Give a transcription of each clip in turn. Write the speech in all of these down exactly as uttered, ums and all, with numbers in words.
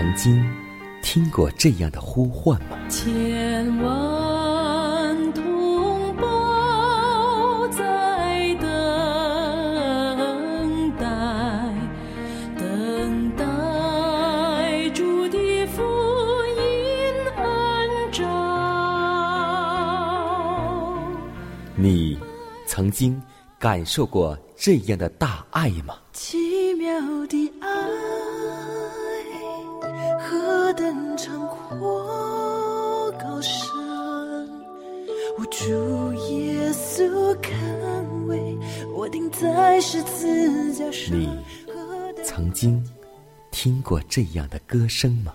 曾经听过这样的呼唤吗？ 千万同胞在等待，等待主的福音恩召。 你曾经感受过这样的大爱吗？ 奇妙的爱，何等长阔高深，我主耶稣看为我钉在十字架上。 你曾经听过这样的歌声吗？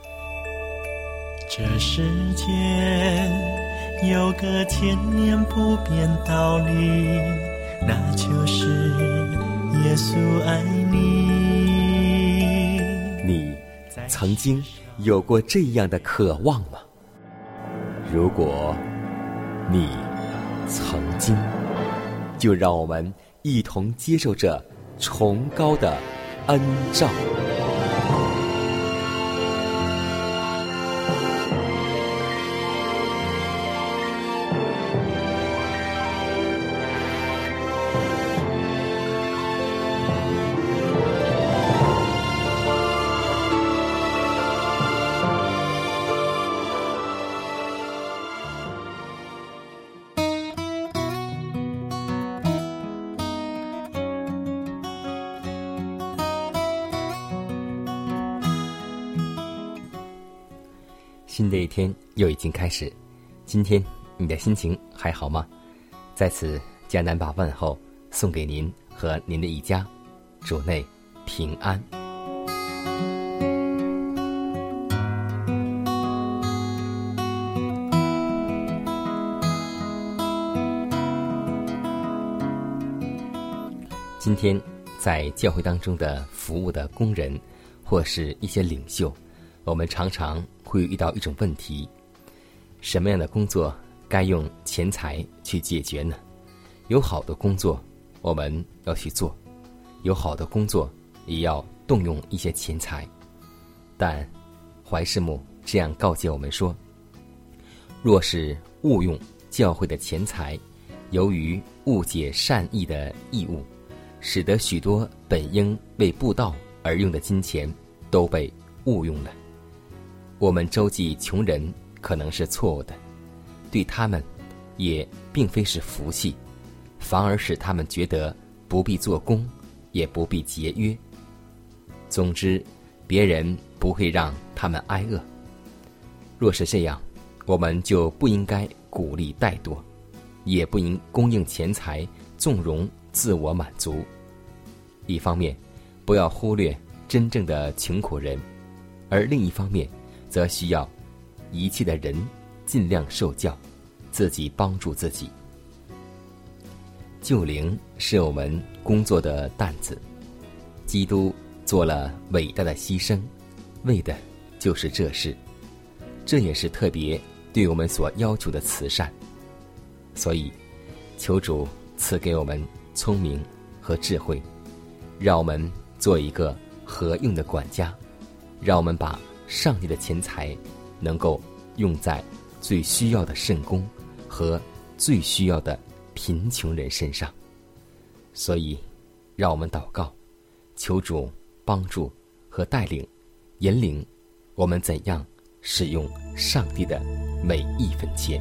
这世间有个千年不变道理，那就是耶稣爱你。 你曾经有过这样的渴望吗？如果你曾经，就让我们一同接受这崇高的恩召。新的一天又已经开始，今天你的心情还好吗？在此，迦南把问候送给您和您的一家，主内平安。今天在教会当中的服务的工人或是一些领袖，我们常常会遇到一种问题：什么样的工作该用钱财去解决呢？有好的工作我们要去做，有好的工作也要动用一些钱财。但怀世牧这样告诫我们说，若是误用教会的钱财，由于误解善意的义务，使得许多本应为布道而用的金钱都被误用了。我们周济穷人可能是错误的，对他们也并非是福气，反而使他们觉得不必做工，也不必节约。总之，别人不会让他们挨饿。若是这样，我们就不应该鼓励怠惰，也不应供应钱财纵容自我满足。一方面，不要忽略真正的穷苦人，而另一方面则需要一切的人尽量受教，自己帮助自己。救灵是我们工作的担子，基督做了伟大的牺牲，为的就是这事。这也是特别对我们所要求的慈善。所以求主赐给我们聪明和智慧，让我们做一个合用的管家，让我们把上帝的钱财能够用在最需要的圣工和最需要的贫穷人身上。所以让我们祷告，求主帮助和带领引领我们怎样使用上帝的每一分钱。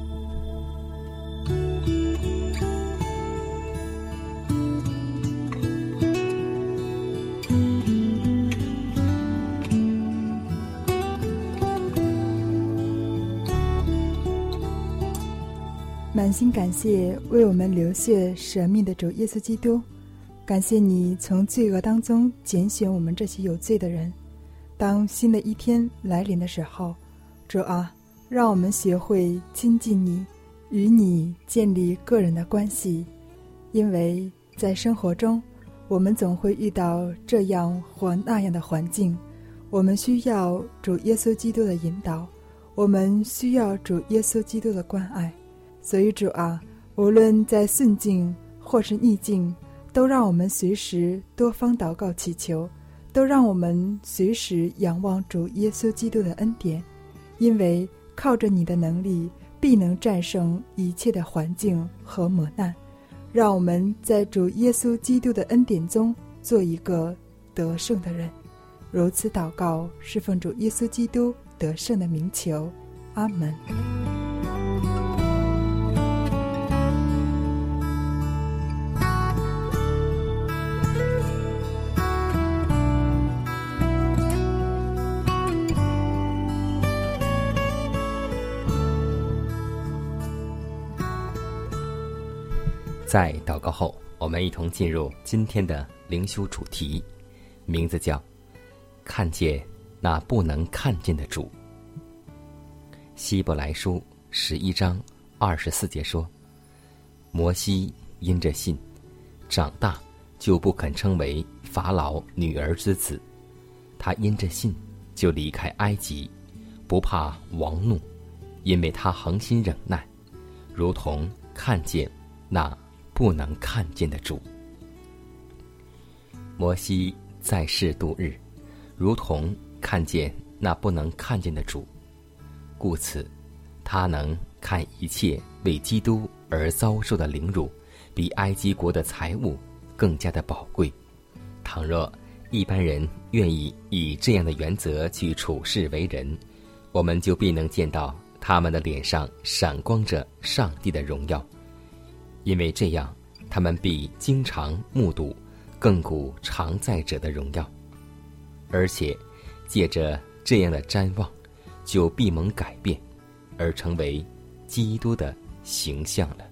满心感谢为我们流血舍命的主耶稣基督，感谢你从罪恶当中拣选我们这些有罪的人。当新的一天来临的时候，主啊，让我们学会亲近你，与你建立个人的关系。因为在生活中，我们总会遇到这样或那样的环境，我们需要主耶稣基督的引导，我们需要主耶稣基督的关爱。所以主啊，无论在顺境或是逆境，都让我们随时多方祷告祈求， 都让我们随时仰望主耶稣基督的恩典，因为靠着你的能力，必能战胜一切的环境和磨难。让我们在主耶稣基督的恩典中做一个得胜的人。如此祷告，是奉主耶稣基督得胜的名求，阿门。 在祷告后，我们一同进入今天的灵修主题，名字叫看见那不能看见的主。希伯来书十一章二十四节说，摩西因着信长大，就不肯称为法老女儿之子，他因着信就离开埃及，不怕王怒，因为他恒心忍耐，如同看见那不能看见的主。摩西在世度日，如同看见那不能看见的主，故此他能看一切为基督而遭受的凌辱，比埃及国的财物更加的宝贵。倘若一般人愿意以这样的原则去处世为人，我们就必能见到他们的脸上闪光着上帝的荣耀，因为这样他们必经常目睹亘古常在者的荣耀，而且借着这样的瞻望，就必蒙改变，而成为基督的形象了。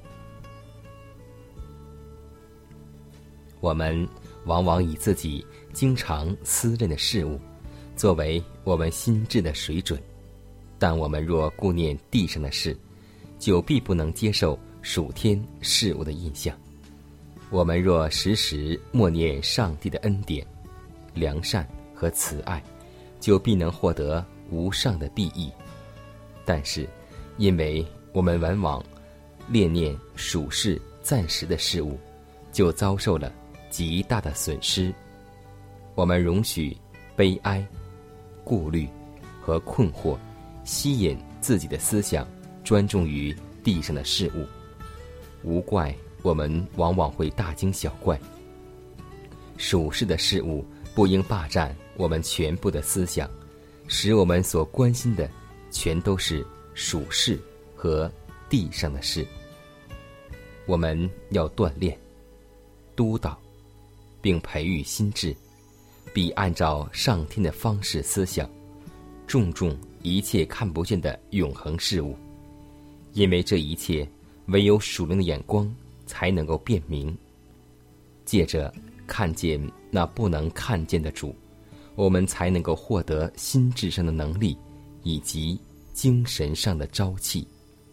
我们往往以自己经常思认的事物作为我们心智的水准，但我们若顾念地上的事，就必不能接受属天事物的印象。我们若时时默念上帝的恩典、良善和慈爱，就必能获得无上的裨益。但是因为我们往往恋念属世暂时的事物，就遭受了极大的损失。我们容许悲哀、顾虑和困惑吸引自己的思想专注于地上的事物，无怪我们往往会大惊小怪。属世的事物不应霸占我们全部的思想，使我们所关心的全都是属世和地上的事。我们要锻炼、督导并培育心智，必按照上天的方式思想，重重一切看不见的永恒事物，因为这一切唯有属灵的眼光才能够辨明。借着看见那不能看见的主，我们才能够获得心智上的能力以及精神上的朝气。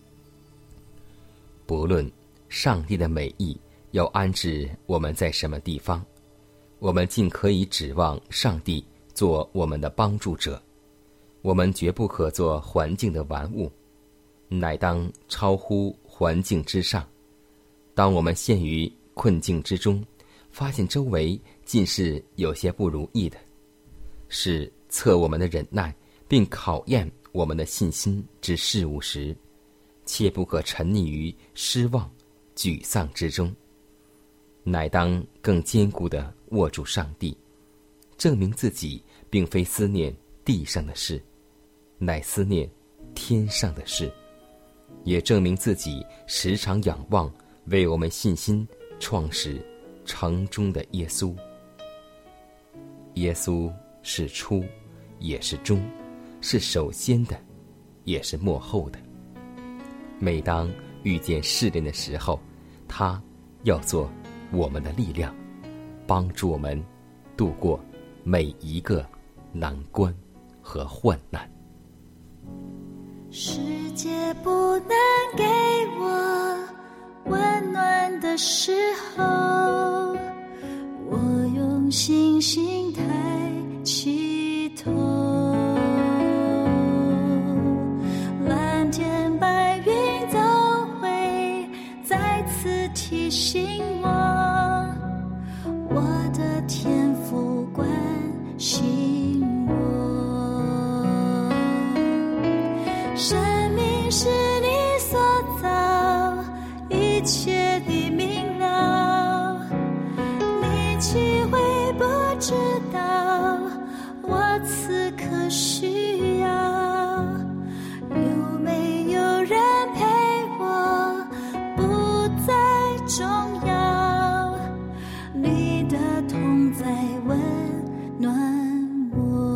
不论上帝的美意要安置我们在什么地方，我们尽可以指望上帝做我们的帮助者。我们绝不可做环境的玩物，乃当超乎环境之上。当我们陷于困境之中，发现周围尽是有些不如意的，是测我们的忍耐并考验我们的信心之事物时，切不可沉溺于失望、沮丧之中，乃当更坚固地握住上帝，证明自己并非思念地上的事，乃思念天上的事，也证明自己时常仰望为我们信心创始成终的耶稣。耶稣是初，也是终，是首先的，也是末后的。每当遇见试炼的时候，他要做我们的力量，帮助我们度过每一个难关和患难。 世界不能给我温暖的时候，我用星星抬起头，蓝天白云都会再次提醒我，我的天父关岂会不知道我此刻需要？有没有人陪我不再重要？你的同在温暖我。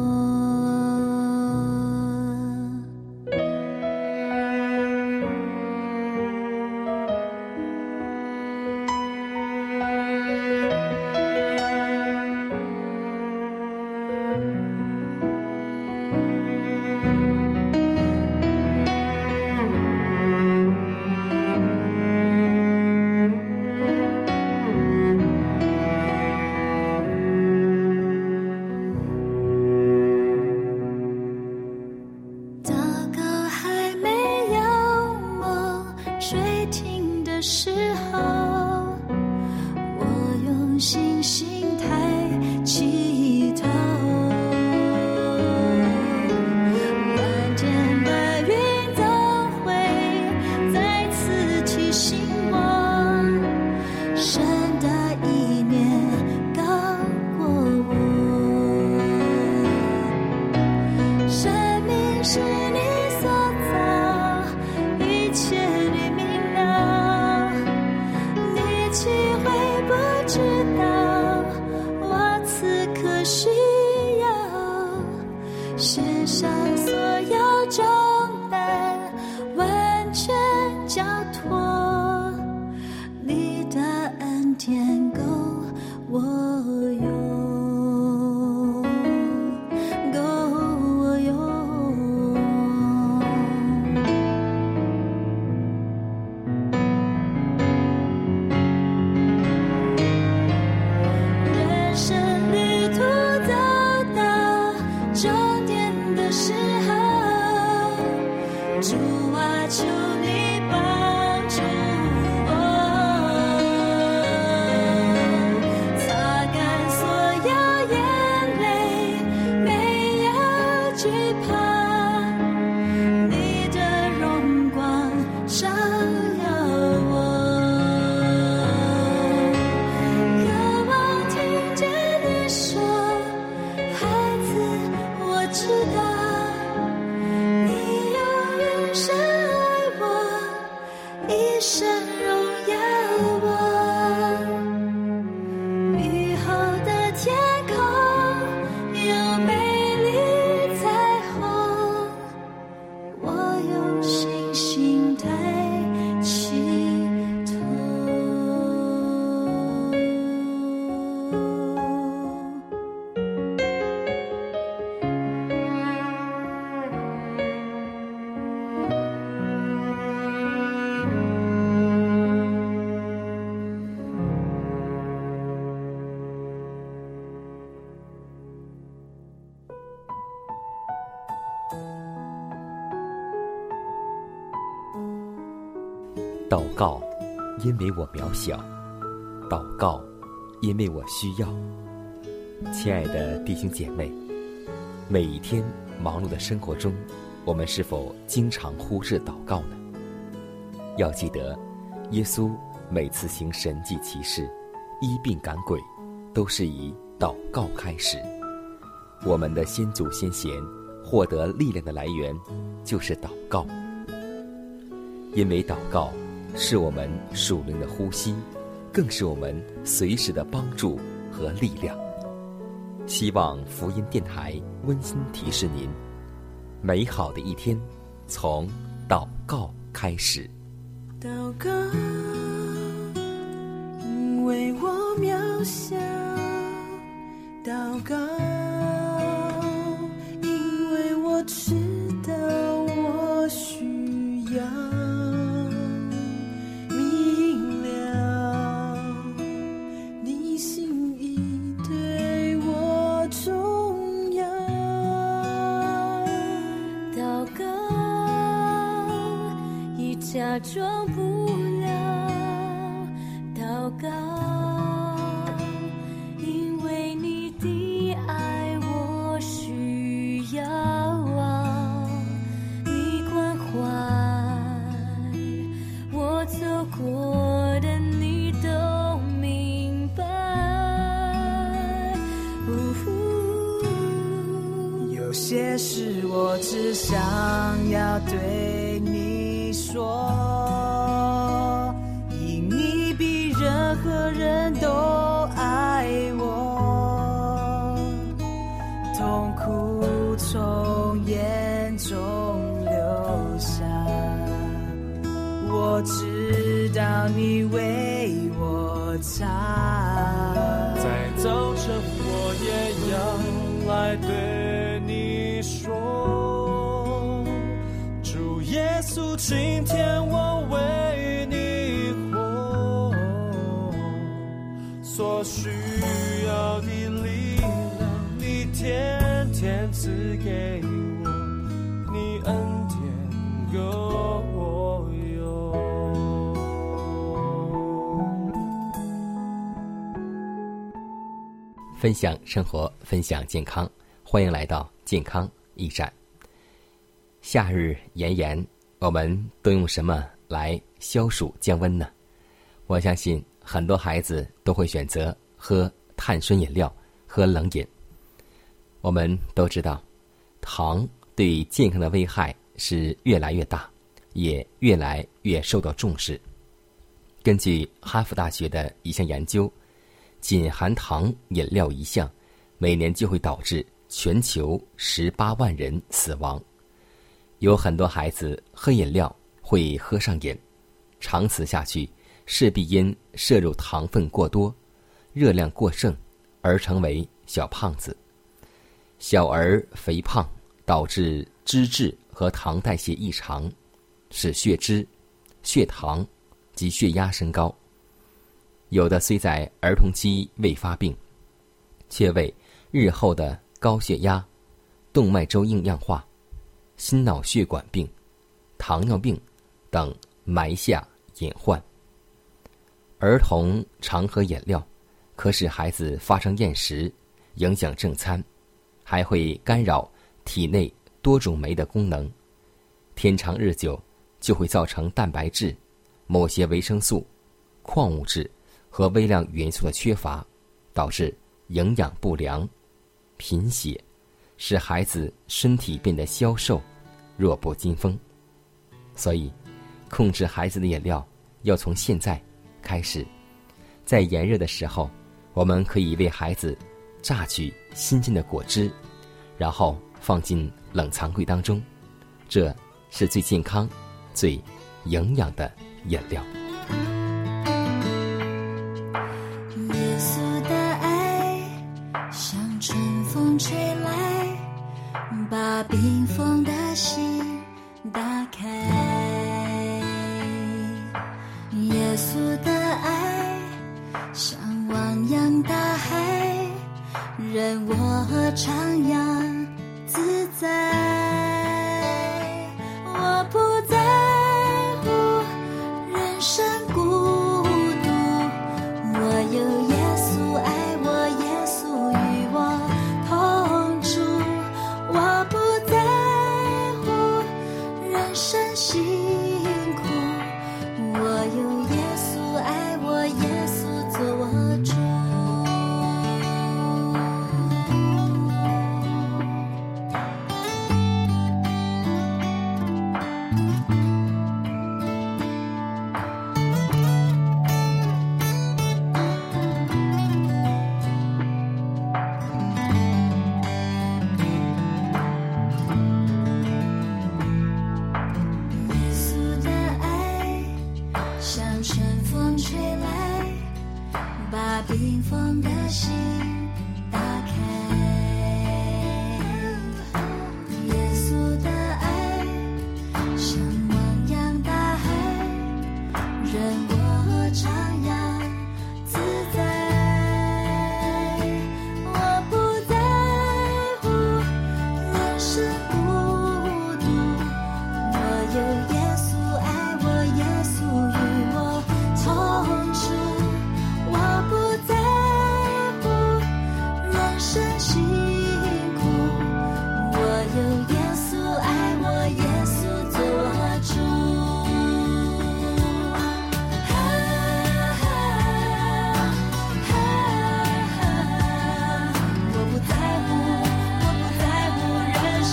祷告，因为我渺小；祷告，因为我需要。亲爱的弟兄姐妹，每一天忙碌的生活中，我们是否经常忽视祷告呢？要记得，耶稣每次行神迹奇事、医病赶鬼，都是以祷告开始。我们的先祖先贤获得力量的来源，就是祷告。因为祷告是我们属灵的呼吸，更是我们随时的帮助和力量。希望福音电台温馨提示您，美好的一天从祷告开始。 祷告，因为我渺小；祷告，因为我知道我需要。假装不了祷告，因为你的爱我需要啊，你关怀我走过的你都明白， 些事我只想要对你说，因你比任何人都爱我，痛苦从眼中流下，我知道你为我擦。 在早晨我也要来对你说，主耶稣，今天我为你活，所需要的力量你天天赐给我，你恩典够我用。 分享生活，分享健康，欢迎来到健康驿站。夏日炎炎，我们都用什么来消暑降温呢？我相信很多孩子都会选择喝碳酸饮料，喝冷饮。我们都知道，糖对健康的危害是越来越大，也越来越受到重视。根据哈佛大学的一项研究，仅含糖饮料一项，每年就会导致全球十八万人死亡。有很多孩子喝饮料会喝上瘾，长此下去，势必因摄入糖分过多、热量过剩而成为小胖子。小儿肥胖导致脂质和糖代谢异常，使血脂、血糖及血压升高。有的虽在儿童期未发病，却为日后的高血压、动脉粥硬样化、心脑血管病、糖尿病等埋下隐患。儿童常喝饮料，可使孩子发生厌食，影响正餐，还会干扰体内多种酶的功能。天长日久，就会造成蛋白质、某些维生素、矿物质和微量元素的缺乏，导致营养不良、贫血，使孩子身体变得消瘦、弱不禁风。所以，控制孩子的饮料要从现在开始。在炎热的时候，我们可以为孩子榨取新鲜的果汁，然后放进冷藏柜当中，这是最健康、最营养的饮料。 耶稣的爱像春风吹来，把冰封的心打开。耶稣的爱像汪洋大海，任我徜徉自在。我不在乎人生孤独，我有耶稣爱我，耶稣与我同住。我不在乎人生辛苦，我有耶稣爱我，耶稣做我主。耶稣的爱像春风吹来，把冰封的心打开。耶稣的爱像汪洋大海，任我徜徉自在。我不在乎人生孤独，我有耶稣爱我，耶稣与我同住。我不在乎人生辛苦，我有耶稣爱我，耶稣做我主。啊啊啊我不在乎，我不在乎人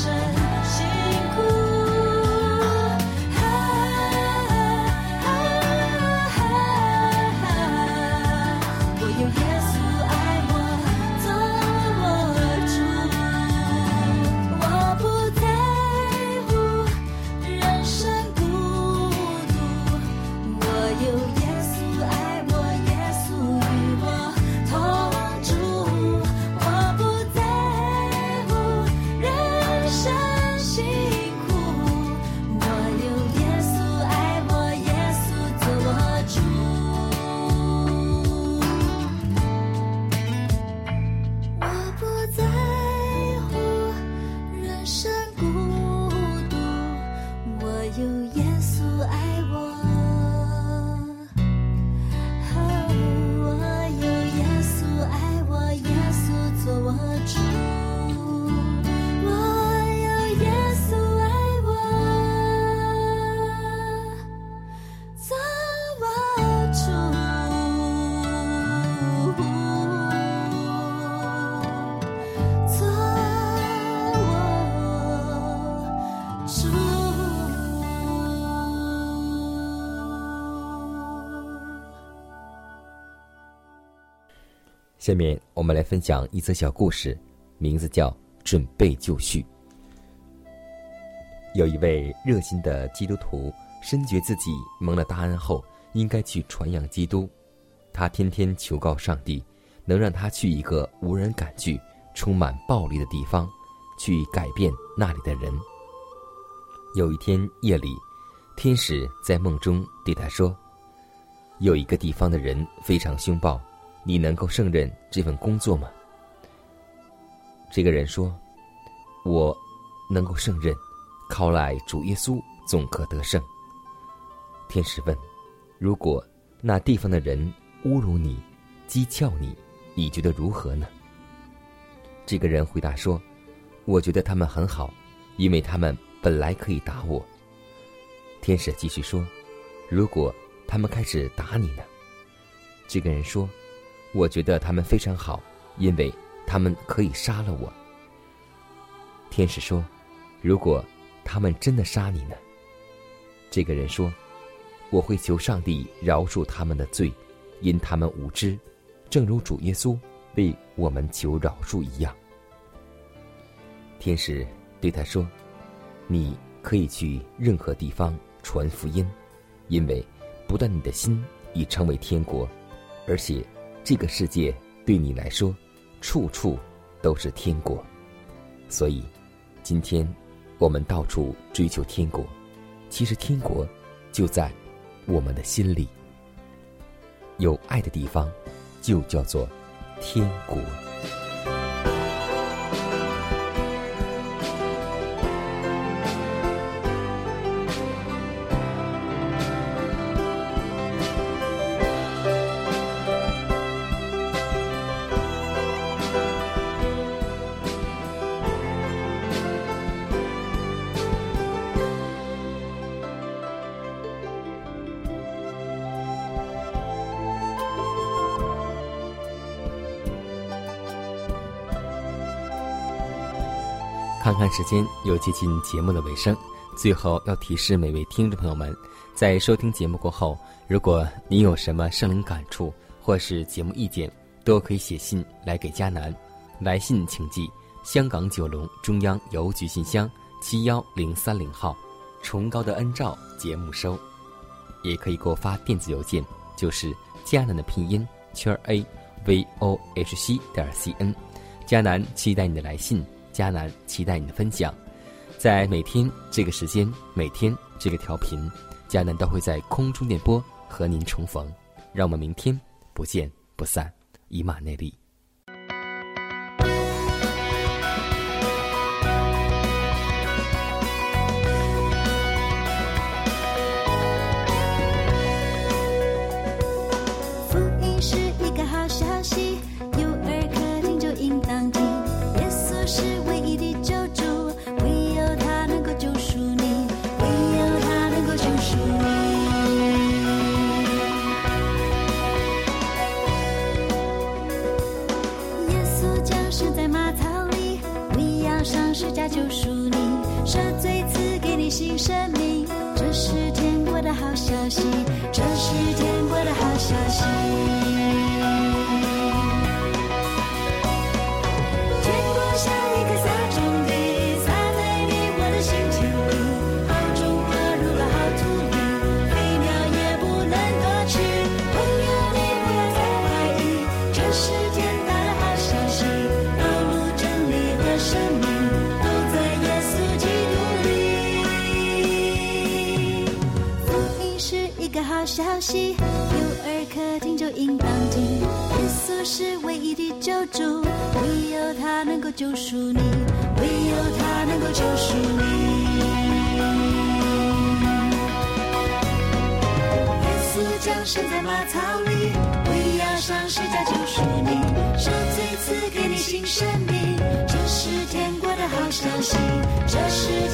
下面我们来分享一则小故事，名字叫《准备就绪》。有一位热心的基督徒，深觉自己蒙了大恩后，应该去传扬基督。他天天求告上帝，能让他去一个无人敢去、充满暴力的地方，去改变那里的人。有一天夜里，天使在梦中对他说，有一个地方的人非常凶暴，你能够胜任这份工作吗？这个人说，我能够胜任，靠赖主耶稣总可得胜。天使问，如果那地方的人侮辱你、讥诮你，你觉得如何呢？这个人回答说，我觉得他们很好，因为他们本来可以打我。天使继续说，如果他们开始打你呢？这个人说，我觉得他们非常好，因为他们可以杀了我。天使说，如果他们真的杀你呢？这个人说，我会求上帝饶恕他们的罪，因他们无知，正如主耶稣为我们求饶恕一样。天使对他说，你可以去任何地方传福音，因为不但你的心已成为天国，而且这个世界对你来说处处都是天国。所以今天我们到处追求天国，其实天国就在我们的心里。有爱的地方就叫做天国。看看时间，又接近节目的尾声，最后要提示每位听众朋友们，在收听节目过后，如果您有什么圣灵感触或是节目意见，都可以写信来给迦南。来信请寄香港九龙中央邮局信箱七一零三零号，崇高的恩照节目收。也可以给我发电子邮件，就是迦南的拼音圈 a v o h c 点 c n。迦南期待你的来信，迦南期待你的分享。在每天这个时间，每天这个调频，迦南都会在空中电波和您重逢。让我们明天不见不散，以马内利。 福音是一个好消息，有耳可听就应当听。耶稣是唯一的救主，唯有他能够救赎你，唯有他能够救赎你。耶稣降生在马槽里，为要上十架救赎你，赦罪赐给你新生命。这是天国的好消息，这是天国的好消息。天国像一颗撒种地，撒在你我的心田里，好种落入了好土里，飞鸟也不能夺去。朋友你不要再怀疑，这是天大的好消息，道路真理和生命都在耶稣基督里。福音是一个好消息，有耳可听就应当听。耶稣是唯一的救主，唯有他能够救赎你，唯有他能够救赎你。耶稣降生在马槽里，为要上十架救赎你，赦罪赐给你新生命。这是天国的好消息，这是